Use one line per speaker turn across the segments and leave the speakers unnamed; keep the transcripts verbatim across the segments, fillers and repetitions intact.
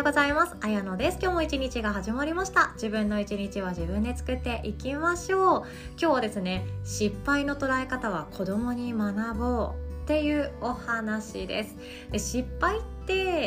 ございます。あやのです。今日も一日が始まりました。自分の一日は自分で作っていきましょう。今日はですね、失敗の捉え方は子供に学ぼうっていうお話です。で、失敗って、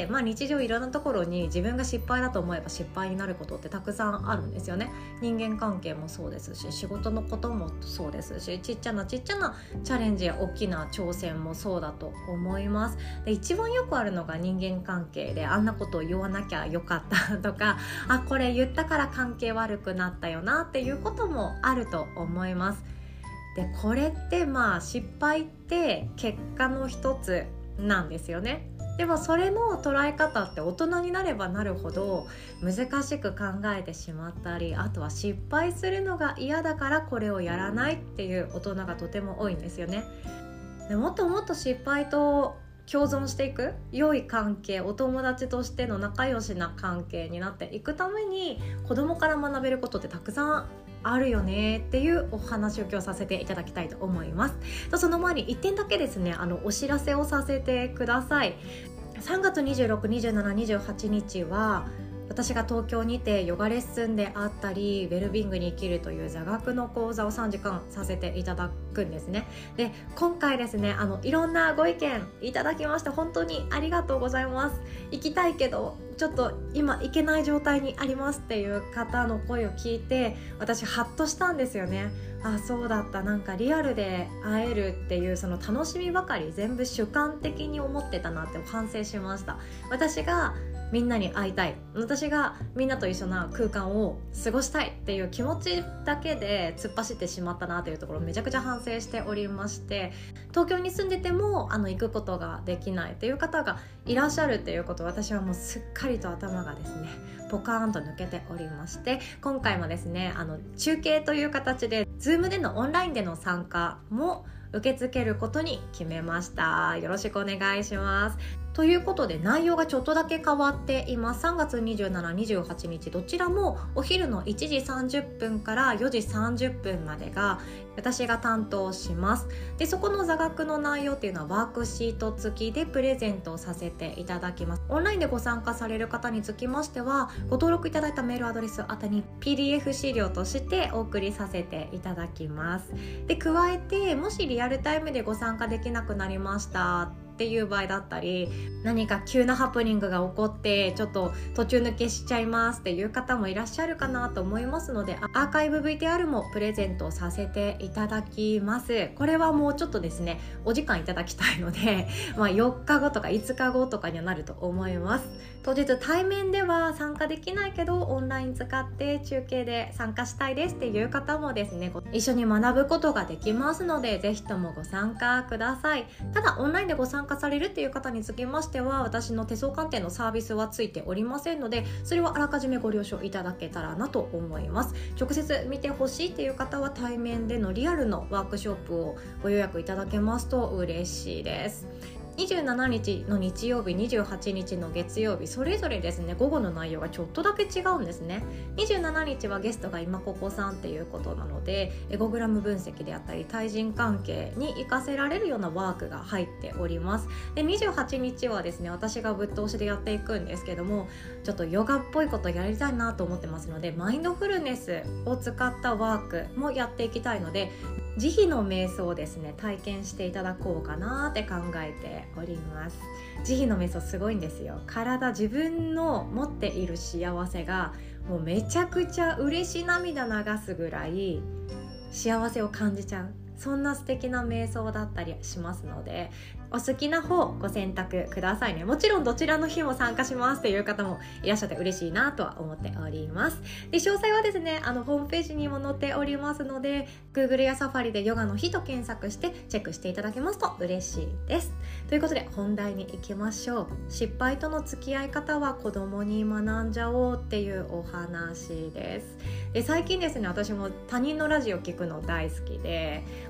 まあ、日常いろんなところに自分が失敗だと思えば失敗になることってたくさんあるんですよね。人間関係もそうですし、仕事のこともそうですし、ちっちゃなちっちゃなチャレンジや大きな挑戦もそうだと思います。で、一番よくあるのが人間関係で、あんなことを言わなきゃよかったとか、あ、これ言ったから関係悪くなったよなっていうこともあると思います。で、これってまあ失敗って結果の一つなんですよね。でもそれの捉え方って大人になればなるほど難しく考えてしまったり、あとは失敗するのが嫌だからこれをやらないっていう大人がとても多いんですよね。で、もっともっと失敗と共存していく良い関係、お友達としての仲良しな関係になっていくために、子供から学べることってたくさんあるよねっていうお話を今日させていただきたいと思います。その前にいってんだけですね、あのお知らせをさせてください。さんがつにじゅうろく、にじゅうしち、にじゅうはちにちは私が東京にてヨガレッスンであったり、ウェルビングに生きるという座学の講座をさんじかんさせていただくんですね。で、今回ですね、あのいろんなご意見いただきまして本当にありがとうございます。行きたいけどちょっと今行けない状態にありますっていう方の声を聞いて、私ハッとしたんですよね。あ、そうだった、なんかリアルで会えるっていうその楽しみばかり全部主観的に思ってたなって反省しました。私がみんなに会いたい、私がみんなと一緒な空間を過ごしたいっていう気持ちだけで突っ走ってしまったなというところをめちゃくちゃ反省しておりまして、東京に住んでてもあの行くことができないっていう方がいらっしゃるっていうことを、私はもうすっかりと頭がですねポカーンと抜けておりまして、今回もですねあの中継という形で Zoom でのオンラインでの参加も受け付けることに決めました。よろしくお願いします。ということで内容がちょっとだけ変わっています。さんがつにじゅうしち、にじゅうはちにちどちらもお昼のいちじさんじゅっぷんからよじさんじゅっぷんまでが私が担当します。で、そこの座学の内容っていうのはワークシート付きでプレゼントをさせていただきます。オンラインでご参加される方につきましては、ご登録いただいたメールアドレス宛てに ピーディーエフ 資料としてお送りさせていただきます。で、加えてもしリアルタイムでご参加できなくなりましたっていう場合だったり、何か急なハプニングが起こってちょっと途中抜けしちゃいますっていう方もいらっしゃるかなと思いますので、アーカイブ ブイティーアール もプレゼントさせていただきます。これはもうちょっとですねお時間いただきたいので、まあ、よっかごとかいつかごとかにはなると思います。当日対面では参加できないけどオンライン使って中継で参加したいですっていう方もですね一緒に学ぶことができますので、ぜひともご参加ください。ただオンラインでご参加されるっていう方につきましては、私の手相鑑定のサービスはついておりませんので、それはあらかじめご了承いただけたらなと思います。直接見てほしいっていう方は対面でのリアルのワークショップをご予約いただけますと嬉しいです。にじゅうしちにちの日曜日、にじゅうはちにちの月曜日、それぞれですね午後の内容がちょっとだけ違うんですね。にじゅうしちにちはゲストが今ここさんっていうことなので、エゴグラム分析であったり対人関係に活かせられるようなワークが入っております。で、にじゅうはちにちはですね私がぶっ通しでやっていくんですけども、ちょっとヨガっぽいことやりたいなと思ってますので、マインドフルネスを使ったワークもやっていきたいので、慈悲の瞑想をですね体験していただこうかなって考えております。慈悲の瞑想すごいんですよ。体、自分の持っている幸せがもうめちゃくちゃ嬉し涙流すぐらい幸せを感じちゃう、そんな素敵な瞑想だったりしますので、お好きな方ご選択くださいね。もちろんどちらの日も参加しますっていう方もいらっしゃって嬉しいなとは思っております。で、詳細はですねあのホームページにも載っておりますので、 Google や Safari でヨガの日と検索してチェックしていただけますと嬉しいです。ということで本題に行きましょう。失敗との付き合い方は子供に学んじゃおうっていうお話です。で、最近ですね私も他人のラジオ聞くの大好きで、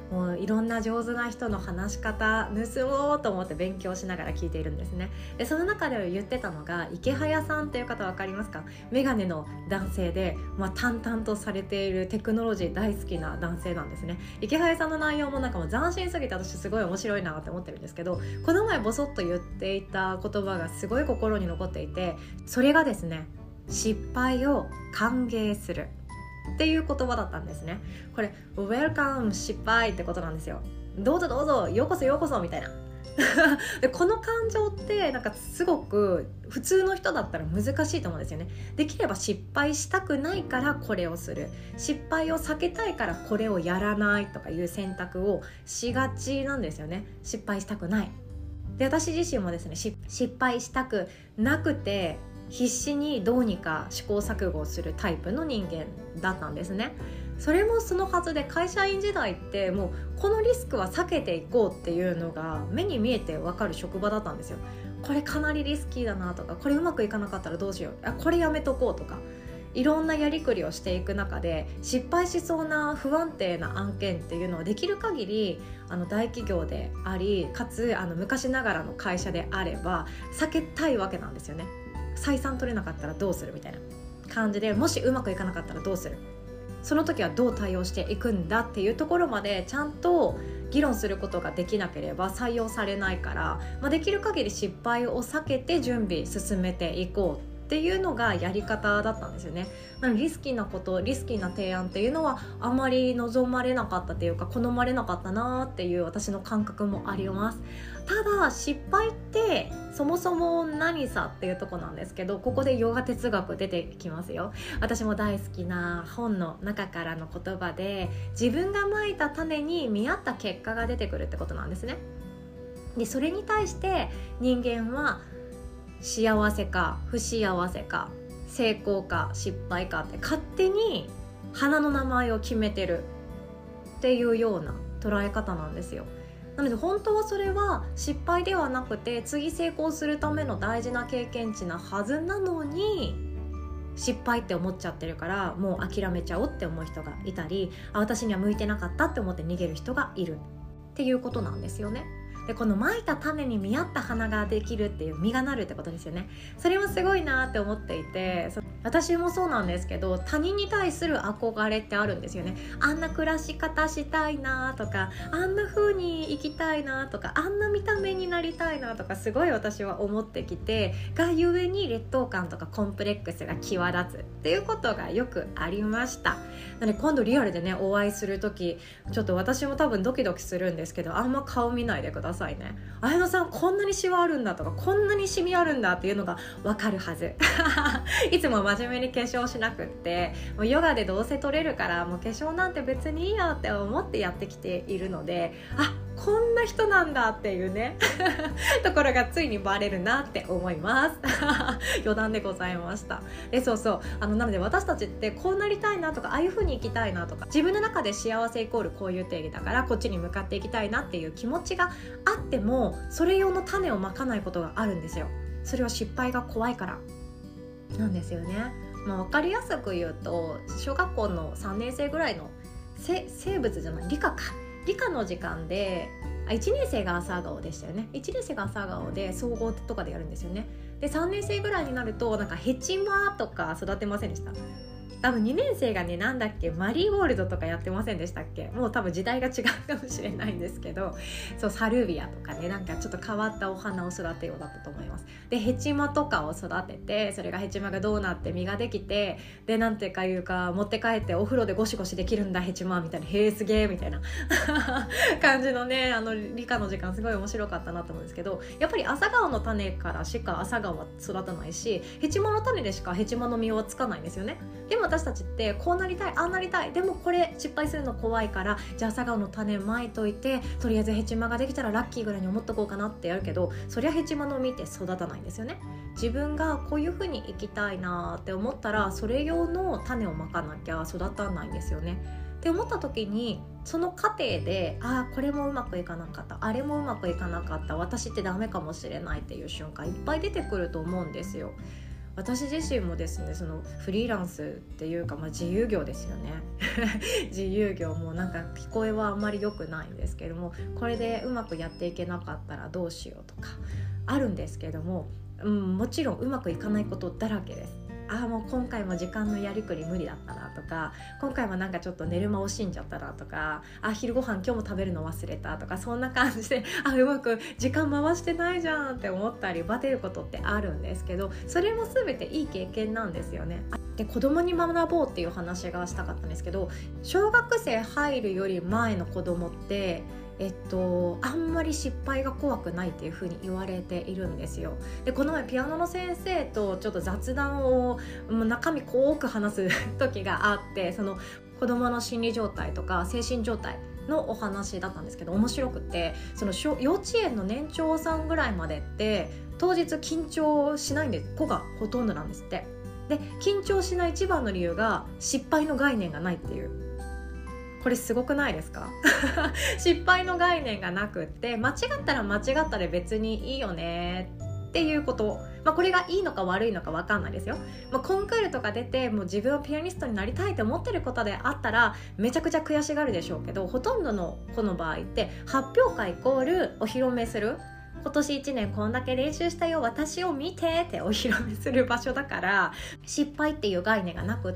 もういろんな上手な人の話し方盗もうと思って勉強しながら聞いているんですね。でその中で言ってたのが池早さんっていう方分かりますか？メガネの男性で、まあ、淡々とされているテクノロジー大好きな男性なんですね。池早さんの内容もなんかもう斬新すぎて私すごい面白いなって思ってるんですけど、この前ボソッと言っていた言葉がすごい心に残っていて、それがですね、失敗を歓迎するっていう言葉だったんですね。これ Welcome 失敗ってことなんですよ。どうぞどうぞ、ようこそようこそみたいなでこの感情ってなんかすごく普通の人だったら難しいと思うんですよね。できれば失敗したくないからこれをする、失敗を避けたいからこれをやらないとかいう選択をしがちなんですよね。失敗したくない。で私自身もですね、失敗したくなくて必死にどうにか試行錯誤するタイプの人間だったんですね。それもそのはずで、会社員時代ってもうこのリスクは避けていこうっていうのが目に見えて分かる職場だったんですよ。これかなりリスキーだなとか、これうまくいかなかったらどうしよう、あこれやめとこうとか、いろんなやりくりをしていく中で失敗しそうな不安定な案件っていうのはできる限りあの大企業であり、かつあの昔ながらの会社であれば避けたいわけなんですよね。採算取れなかったらどうするみたいな感じで、もしうまくいかなかったらどうする、その時はどう対応していくんだっていうところまでちゃんと議論することができなければ採用されないから、まあ、できる限り失敗を避けて準備進めていこうっていうのがやり方だったんですよね。なのでリスキーなこと、リスキーな提案っていうのはあまり望まれなかったというか、好まれなかったなっていう私の感覚もあります。ただ失敗ってそもそも何さっていうとこなんですけど、ここでヨガ哲学出てきますよ。私も大好きな本の中からの言葉で、自分がまいた種に見合った結果が出てくるってことなんですね。でそれに対して人間は幸せか不幸せか、成功か失敗かって勝手に花の名前を決めてるっていうような捉え方なんですよ。なので本当はそれは失敗ではなくて、次成功するための大事な経験値なはずなのに、失敗って思っちゃってるからもう諦めちゃおうって思う人がいたり、あ私には向いてなかったって思って逃げる人がいるっていうことなんですよね。でこのまいた種に見合った花ができるっていう実がなるってことですよね。それもすごいなって思っていて、私もそうなんですけど、他人に対する憧れってあるんですよね。あんな暮らし方したいなとか、あんな風に生きたいなとか、あんな見た目になりたいなとか、すごい私は思ってきて、がゆえに劣等感とかコンプレックスが際立つっていうことがよくありました。なので今度リアルでねお会いする時、ちょっと私も多分ドキドキするんですけど、あんま顔見ないでくださいね。綾乃さんこんなにシワあるんだとか、こんなにシミあるんだっていうのがわかるはずいつも真面目に化粧しなくって、もうヨガでどうせ取れるからもう化粧なんて別にいいよって思ってやってきているので、あこんな人なんだっていうねところがついにバレるなって思います余談でございました。でそうそうあのなので私たちってこうなりたいなとか、ああいう風に生きたいなとか、自分の中で幸せイコールこういう定義だからこっちに向かっていきたいなっていう気持ちがあっても、それ用の種をまかないことがあるんですよ。それは失敗が怖いからなんですよね。まあ、分かりやすく言うと、小学校のさんねん生ぐらいの生物じゃない理科か理科の時間で、あいちねん生が朝顔でしたよね。いちねん生が朝顔で総合とかでやるんですよね。でさんねん生ぐらいになるとなんかヘチマとか育てませんでした？多分にねん生がね、なんだっけマリーゴールドとかやってませんでしたっけ？もう多分時代が違うかもしれないんですけど、そうサルビアとかね、なんかちょっと変わったお花を育てようだったと思います。でヘチマとかを育てて、それがヘチマがどうなって実ができて、でなんてかいうか持って帰ってお風呂でゴシゴシできるんだヘチマみたいな、へえすげえみたいな感じのね、あの理科の時間すごい面白かったなと思うんですけど、やっぱり朝顔の種からしか朝顔は育たないし、ヘチマの種でしかヘチマの実はつかないんですよね。でも私たちってこうなりたい、ああなりたい、でもこれ失敗するの怖いから、じゃあ朝顔の種まいといて、とりあえずヘチマができたらラッキーぐらいに思っとこうかなってやるけど、そりゃヘチマの実って育たないんですよね。自分がこういう風に生きたいなって思ったら、それ用の種をまかなきゃ育たないんですよねって思った時に、その過程でああこれもうまくいかなかった、あれもうまくいかなかった、私ってダメかもしれないっていう瞬間いっぱい出てくると思うんですよ。 私自身もですね、そのフリーランスっていうか、まあ、自由業ですよね自由業もなんか聞こえはあんまり良くないんですけども、これでうまくやっていけなかったらどうしようとかあるんですけども、うん、もちろんうまくいかないことだらけです。ああもう今回も時間のやりくり無理だったなとか、今回もなんかちょっと寝る間惜しんじゃったなとか、あ昼ご飯今日も食べるの忘れたとか、そんな感じであうまく時間回してないじゃんって思ったりバテることってあるんですけど、それも全ていい経験なんですよね。で子供に学ぼうっていう話がしたかったんですけど、小学生入るより前の子供ってえっと、あんまり失敗が怖くないっていう風に言われているんですよ。でこの前ピアノの先生とちょっと雑談を中身濃く話す時があって、その子供の心理状態とか精神状態のお話だったんですけど、面白くて、その幼稚園の年長さんぐらいまでって当日緊張しないんで子がほとんどなんですって。で緊張しない一番の理由が失敗の概念がないっていう。これすごくないですか失敗の概念がなくって、間違ったら間違ったで別にいいよねっていうこと、まあ、これがいいのか悪いのか分かんないですよ。まあ、コンクールとか出てもう自分はピアニストになりたいと思ってることであったらめちゃくちゃ悔しがるでしょうけど、ほとんどの子の場合って発表会イコールお披露目する、今年いちねんこんだけ練習したよ私を見てってお披露目する場所だから、失敗っていう概念がなくって、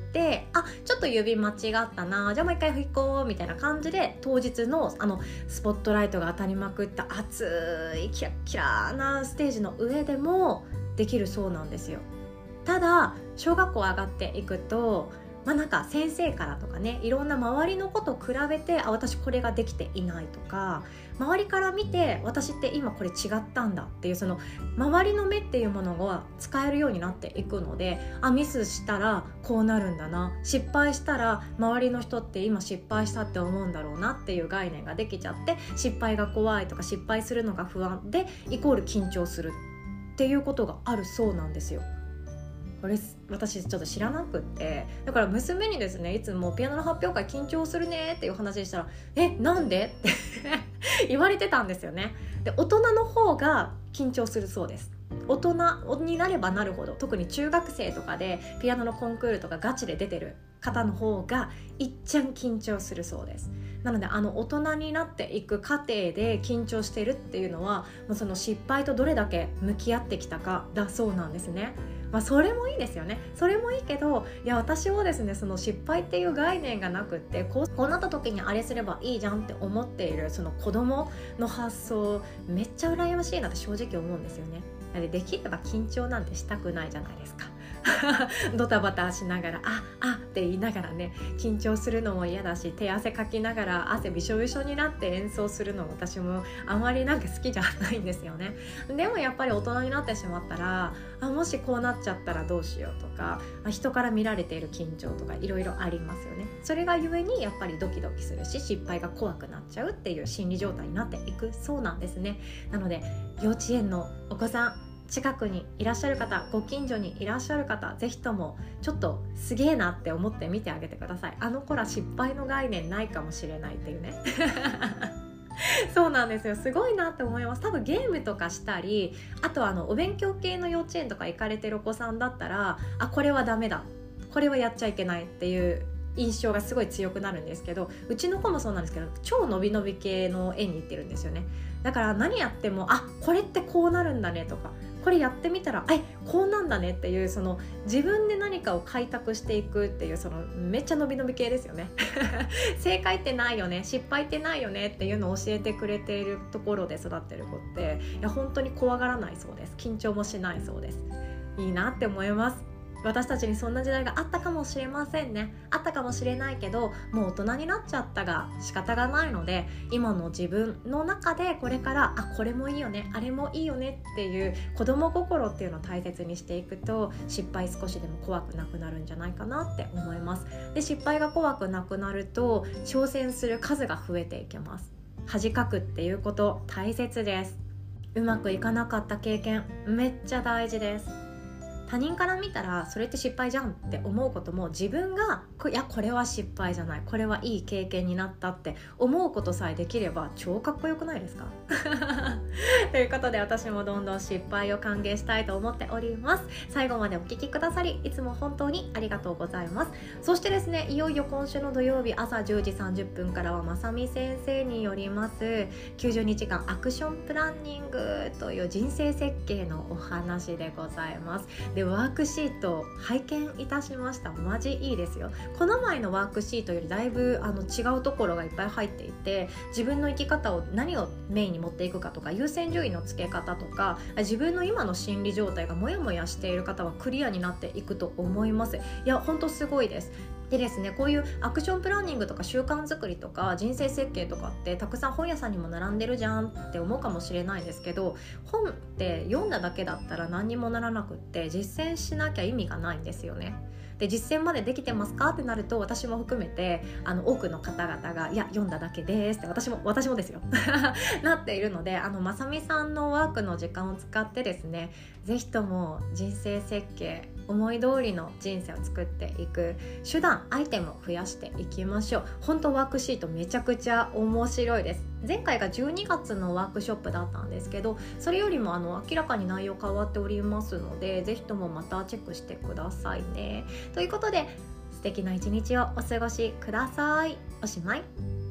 あちょっと指間違ったな、じゃあもう一回弾こうみたいな感じで、当日のあのスポットライトが当たりまくった熱いキラッキラなステージの上でもできるそうなんですよ。ただ小学校上がっていくと、まあ、なんか先生からとかね、いろんな周りのことを比べて、あ私これができていないとか、周りから見て私って今これ違ったんだっていう、その周りの目っていうものが使えるようになっていくので、あミスしたらこうなるんだな、失敗したら周りの人って今失敗したって思うんだろうなっていう概念ができちゃって、失敗が怖いとか失敗するのが不安でイコール緊張するっていうことがあるそうなんですよ。これ私ちょっと知らなくって、だから娘にですね、いつもピアノの発表会緊張するねっていう話でしたら、えなんでって言われてたんですよね。で大人の方が緊張するそうです。大人になればなるほど、特に中学生とかでピアノのコンクールとかガチで出てる方の方がいっちゃん緊張するそうです。なのであの大人になっていく過程で緊張してるっていうのは、もうその失敗とどれだけ向き合ってきたかだそうなんですね。まあ、それもいいですよね。それもいいけど、いや私はですね、その失敗っていう概念がなくって、こう、こうなった時にあれすればいいじゃんって思っているその子供の発想、めっちゃ羨ましいなって正直思うんですよね。で, できれば緊張なんてしたくないじゃないですかドタバタしながらああって言いながらね、緊張するのも嫌だし、手汗かきながら汗びしょびしょになって演奏するのも私もあまりなんか好きじゃないんですよね。でもやっぱり大人になってしまったら、あもしこうなっちゃったらどうしようとか、人から見られている緊張とかいろいろありますよね。それがゆえにやっぱりドキドキするし、失敗が怖くなっちゃうっていう心理状態になっていくそうなんですね。なので幼稚園のお子さん、近くにいらっしゃる方、ご近所にいらっしゃる方、ぜひともちょっとすげえなって思って見てあげてください。あの子ら失敗の概念ないかもしれないっていうねそうなんですよ、すごいなって思います。多分ゲームとかしたり、あとあのお勉強系の幼稚園とか行かれてるお子さんだったら、あこれはダメだ、これはやっちゃいけないっていう印象がすごい強くなるんですけど、うちの子もそうなんですけど、超伸び伸び系の園に行ってるんですよね。だから何やっても、あこれってこうなるんだねとか、これやってみたらえこうなんだねっていう、その自分で何かを開拓していくっていう、そのめっちゃ伸び伸び系ですよね正解ってないよね、失敗ってないよねっていうのを教えてくれているところで育ってる子って、いや本当に怖がらないそうです。緊張もしないそうです。いいなって思います。私たちにそんな時代があったかもしれませんね。あったかもしれないけど、もう大人になっちゃったが仕方がないので、今の自分の中でこれからあこれもいいよね、あれもいいよねっていう子供心っていうのを大切にしていくと、失敗少しでも怖くなくなるんじゃないかなって思います。で失敗が怖くなくなると挑戦する数が増えていきます。恥かくっていうこと大切です。うまくいかなかった経験めっちゃ大事です。 他人から見たらそれって失敗じゃんって思うことも、自分がいやこれは失敗じゃない、これはいい経験になったって思うことさえできれば超かっこよくないですかということで、私もどんどん失敗を歓迎したいと思っております。最後までお聞きくださりいつも本当にありがとうございます。そしてですね、いよいよ今週の土曜日朝じゅうじさんじゅっぷんからはまさみ先生によりますきゅうじゅうにちかんアクションプランニングという人生設計のお話でございます。で、ワークシート拝見いたしました。マジいいですよ。この前のワークシートよりだいぶあの違うところがいっぱい入っていて、自分の生き方を何をメインに持っていくかとか、優先順位のつけ方とか、自分の今の心理状態がモヤモヤしている方はクリアになっていくと思います。いや本当すごいです。でですね、こういうアクションプランニングとか習慣作りとか人生設計とかってたくさん本屋さんにも並んでるじゃんって思うかもしれないんですけど、本って読んだだけだったら何にもならなくって実践しなきゃ意味がないんですよね。で、実践までできてますかってなると、私も含めてあの多くの方々がいや読んだだけですって、私も私もですよなっているので、あのまさみさんのワークの時間を使ってですね、ぜひとも人生設計、思い通りの人生を作っていく手段、アイテムを増やしていきましょう。本当ワークシートめちゃくちゃ面白いです。前回がじゅうにがつのワークショップだったんですけど、それよりもあの明らかに内容変わっておりますので、ぜひともまたチェックしてくださいね。ということで、素敵な一日をお過ごしください。おしまい。